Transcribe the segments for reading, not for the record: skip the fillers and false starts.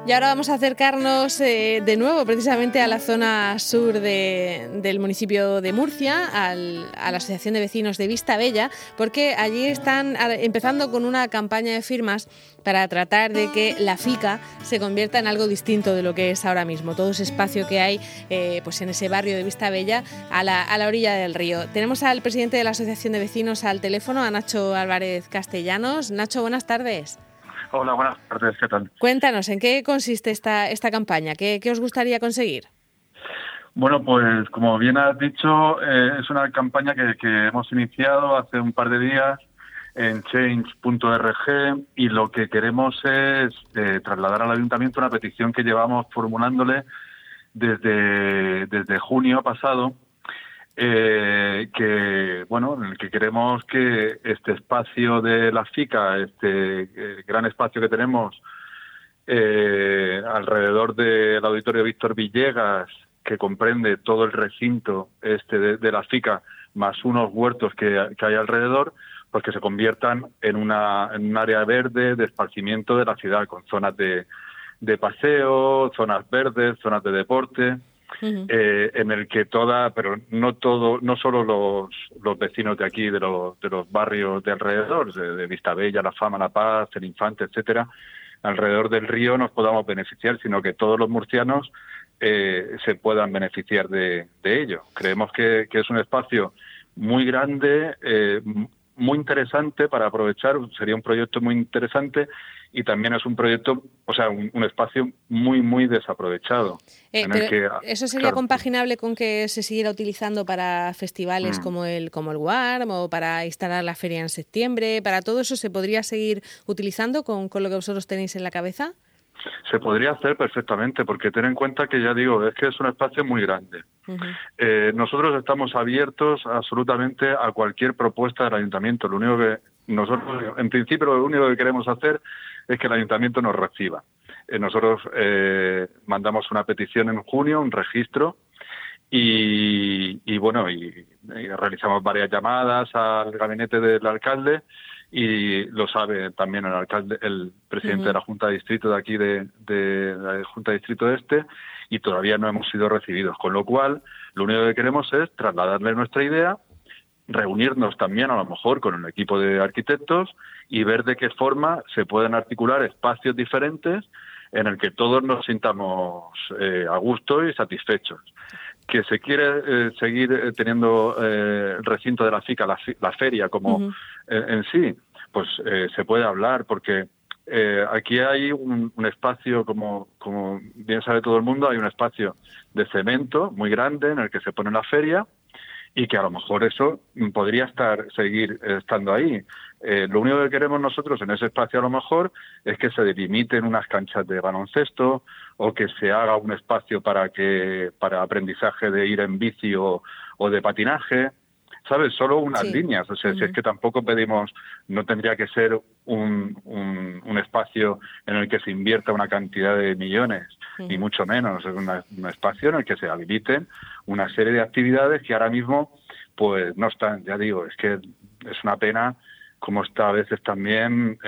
Y ahora vamos a acercarnos de nuevo precisamente a la zona sur del municipio de Murcia, a la Asociación de Vecinos de Vistabella, porque allí están empezando con una campaña de firmas para tratar de que la FICA se convierta en algo distinto de lo que es ahora mismo. Todo ese espacio que hay pues en ese barrio de Vistabella a la orilla del río. Tenemos al presidente de la Asociación de Vecinos al teléfono, a Nacho Álvarez Castellanos. Nacho, buenas tardes. Hola, buenas tardes, ¿qué tal? Cuéntanos, ¿en qué consiste esta campaña? ¿Qué os gustaría conseguir? Bueno, pues como bien has dicho, es una campaña que hemos iniciado hace un par de días en change.org y lo que queremos es trasladar al ayuntamiento una petición que llevamos formulándole desde junio pasado, en el que queremos que este espacio de la FICA, este gran espacio que tenemos alrededor del auditorio Víctor Villegas, que comprende todo el recinto de la FICA, más unos huertos que hay alrededor, pues que se conviertan en un área verde de esparcimiento de la ciudad, con zonas de paseo, zonas verdes, zonas de deporte. Uh-huh. En el que pero no solo los vecinos de aquí, de los barrios de alrededor, de Vistabella, La Fama, La Paz, El Infante, etcétera, alrededor del río nos podamos beneficiar, sino que todos los murcianos se puedan beneficiar de ello. Creemos que es un espacio muy grande, muy interesante para aprovechar, sería un proyecto muy interesante y también es un proyecto, un espacio muy, muy desaprovechado. ¿Eso sería compaginable con que se siguiera utilizando para festivales como el WARM o para instalar la feria en septiembre? ¿Para todo eso se podría seguir utilizando con lo que vosotros tenéis en la cabeza? Se podría hacer perfectamente, porque ten en cuenta que, ya digo, es que es un espacio muy grande. Uh-huh. Nosotros estamos abiertos absolutamente a cualquier propuesta del ayuntamiento. Lo único que nosotros, en principio, lo único que queremos hacer es que el ayuntamiento nos reciba. Nosotros mandamos una petición en junio, un registro, y realizamos varias llamadas al gabinete del alcalde, y lo sabe también el presidente uh-huh. de la Junta de Distrito de aquí, de la Junta de Distrito y todavía no hemos sido recibidos, con lo cual lo único que queremos es trasladarle nuestra idea, reunirnos también a lo mejor con el equipo de arquitectos y ver de qué forma se pueden articular espacios diferentes en el que todos nos sintamos a gusto y satisfechos. Que se quiere seguir teniendo el recinto de la FICA, la feria como uh-huh. En sí, pues se puede hablar, porque aquí hay un espacio, como bien sabe todo el mundo, hay un espacio de cemento muy grande en el que se pone la feria y que a lo mejor eso podría seguir estando ahí. Lo único que queremos nosotros en ese espacio a lo mejor es que se delimiten unas canchas de baloncesto o que se haga un espacio para aprendizaje de ir en bici o de patinaje, ¿sabes? Solo unas líneas. O sea, uh-huh. Si es que tampoco pedimos, no tendría que ser un espacio en el que se invierta una cantidad de millones, uh-huh. ni mucho menos. Es un espacio en el que se habiliten una serie de actividades que ahora mismo pues no están. Ya digo, es que es una pena cómo está a veces también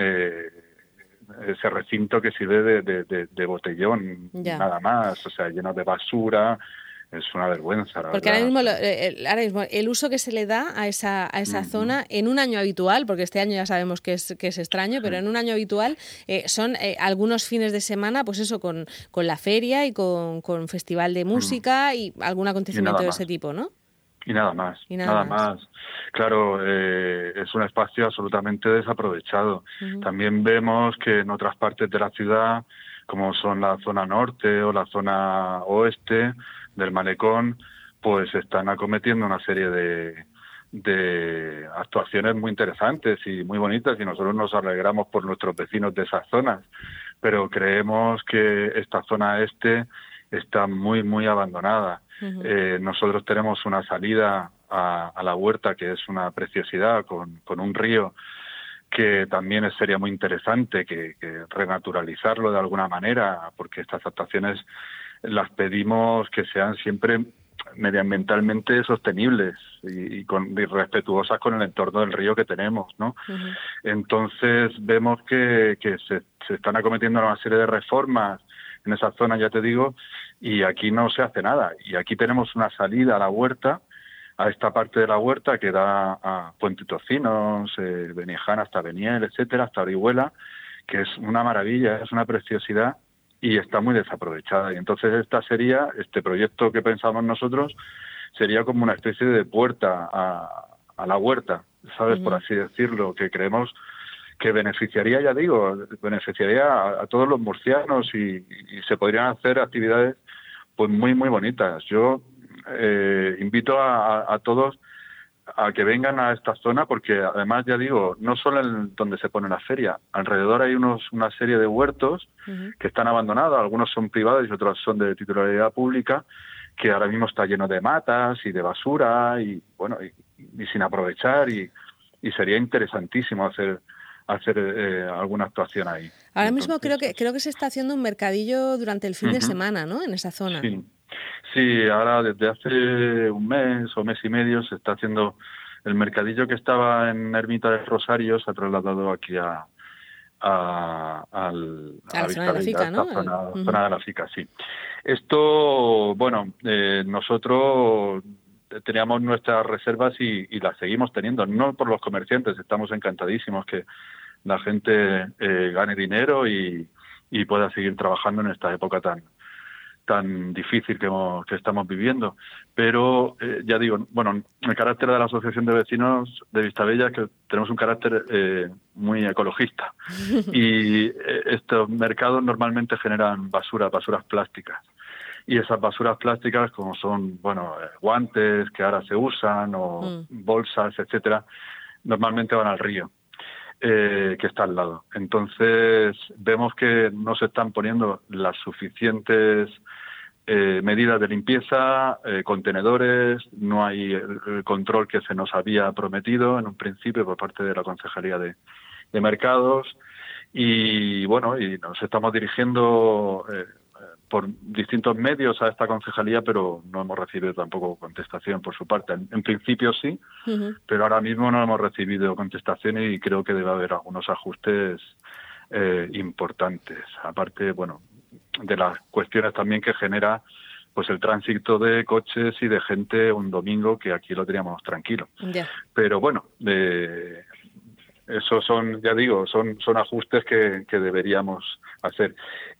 ese recinto que sirve de botellón, nada más, lleno de basura. Es una vergüenza, la porque verdad. Ahora mismo el uso que se le da a esa uh-huh. zona en un año habitual, porque este año ya sabemos que es extraño, pero en un año habitual son algunos fines de semana, pues eso, con la feria y con festival de música y algún acontecimiento de ese tipo, ¿no? Y nada más. Claro, es un espacio absolutamente desaprovechado. Uh-huh. También vemos que en otras partes de la ciudad, como son la zona norte o la zona oeste del Malecón, pues están acometiendo una serie de actuaciones muy interesantes y muy bonitas, y nosotros nos alegramos por nuestros vecinos de esas zonas, pero creemos que esta zona este está muy, muy abandonada. Uh-huh. Nosotros tenemos una salida a la huerta que es una preciosidad, con un río que también sería muy interesante que renaturalizarlo de alguna manera, porque estas actuaciones las pedimos que sean siempre medioambientalmente sostenibles y respetuosas con el entorno del río que tenemos, ¿no? Uh-huh. Entonces vemos que se están acometiendo una serie de reformas en esa zona, ya te digo, y aquí no se hace nada. Y aquí tenemos una salida a la huerta, a esta parte de la huerta que da a Puente Tocinos, Benijana hasta Beniel, etcétera, hasta Orihuela, que es una maravilla, es una preciosidad y está muy desaprovechada. Y entonces este proyecto que pensamos nosotros sería como una especie de puerta a la huerta, ¿sabes? Por así decirlo, que creemos que beneficiaría, ya digo, beneficiaría a todos los murcianos y se podrían hacer actividades pues muy, muy bonitas. Yo invito a todos a que vengan a esta zona porque además, ya digo, no solo en donde se pone la feria, alrededor hay una serie de huertos que están abandonados, algunos son privados y otros son de titularidad pública, que ahora mismo está lleno de matas y de basura y bueno y sin aprovechar y sería interesantísimo hacer alguna actuación ahí. Ahora mismo creo que se está haciendo un mercadillo durante el fin de semana, ¿no? En esa zona. Sí, ahora desde hace un mes o mes y medio se está haciendo el mercadillo que estaba en Ermita del Rosario, se ha trasladado aquí a la zona gráfica, ¿no? Zona gráfica, sí. Esto, bueno, nosotros teníamos nuestras reservas y las seguimos teniendo, no por los comerciantes, estamos encantadísimos que la gente gane dinero y pueda seguir trabajando en esta época tan difícil que estamos viviendo. Pero, ya digo, bueno, el carácter de la Asociación de Vecinos de Vistabella es que tenemos un carácter muy ecologista y estos mercados normalmente generan basuras plásticas. Y esas basuras plásticas, como son, bueno, guantes que ahora se usan o bolsas, etcétera, normalmente van al río, que está al lado. Entonces, vemos que no se están poniendo las suficientes medidas de limpieza, contenedores, no hay el control que se nos había prometido en un principio por parte de la Concejalía de Mercados y, bueno, y nos estamos dirigiendo por distintos medios a esta concejalía, pero no hemos recibido tampoco contestación por su parte. En principio sí, pero ahora mismo no hemos recibido contestación y creo que debe haber algunos ajustes importantes. Aparte, bueno, de las cuestiones también que genera pues el tránsito de coches y de gente un domingo, que aquí lo teníamos tranquilo. Pero bueno, esos son, ya digo, son ajustes que deberíamos hacer.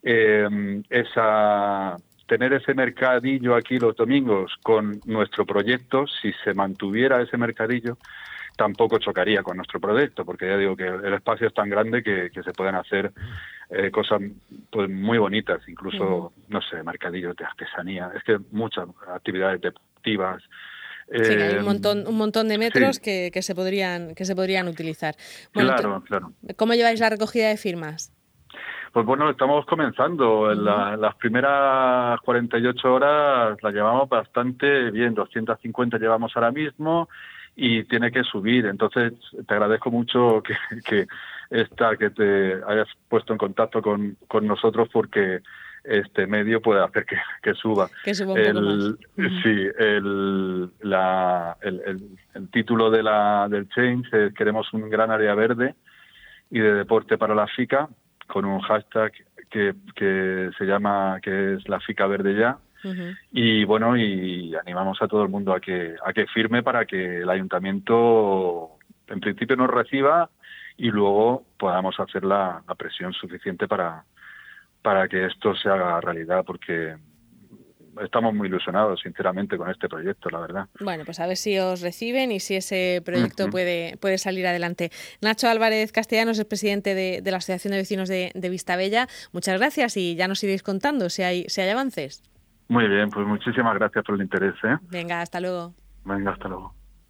Tener ese mercadillo aquí los domingos con nuestro proyecto, si se mantuviera ese mercadillo, tampoco chocaría con nuestro proyecto, porque ya digo que el espacio es tan grande que se pueden hacer cosas pues muy bonitas, incluso, no sé, mercadillos de artesanía, es que muchas actividades deportivas. Sí, hay un montón de metros que se podrían utilizar. Bueno, claro. ¿Cómo lleváis la recogida de firmas? Pues bueno, estamos comenzando. En las primeras 48 horas la llevamos bastante bien, 250 llevamos ahora mismo y tiene que subir. Entonces, te agradezco mucho que te hayas puesto en contacto con nosotros porque este medio puede hacer que suba. Que suba un poco más. Sí, el título del Change es Queremos un gran área verde y de deporte para la FICA, con un hashtag que se llama, que es la FICA Verde Ya. Y bueno, y animamos a todo el mundo a que firme para que el ayuntamiento en principio nos reciba y luego podamos hacer la presión suficiente para que esto se haga realidad, porque estamos muy ilusionados, sinceramente, con este proyecto, la verdad. Bueno, pues a ver si os reciben y si ese proyecto puede salir adelante. Nacho Álvarez Castellanos es presidente de la Asociación de Vecinos de Vistabella. Muchas gracias y ya nos iréis contando si hay avances. Muy bien, pues muchísimas gracias por el interés. Venga, hasta luego. Venga, hasta luego.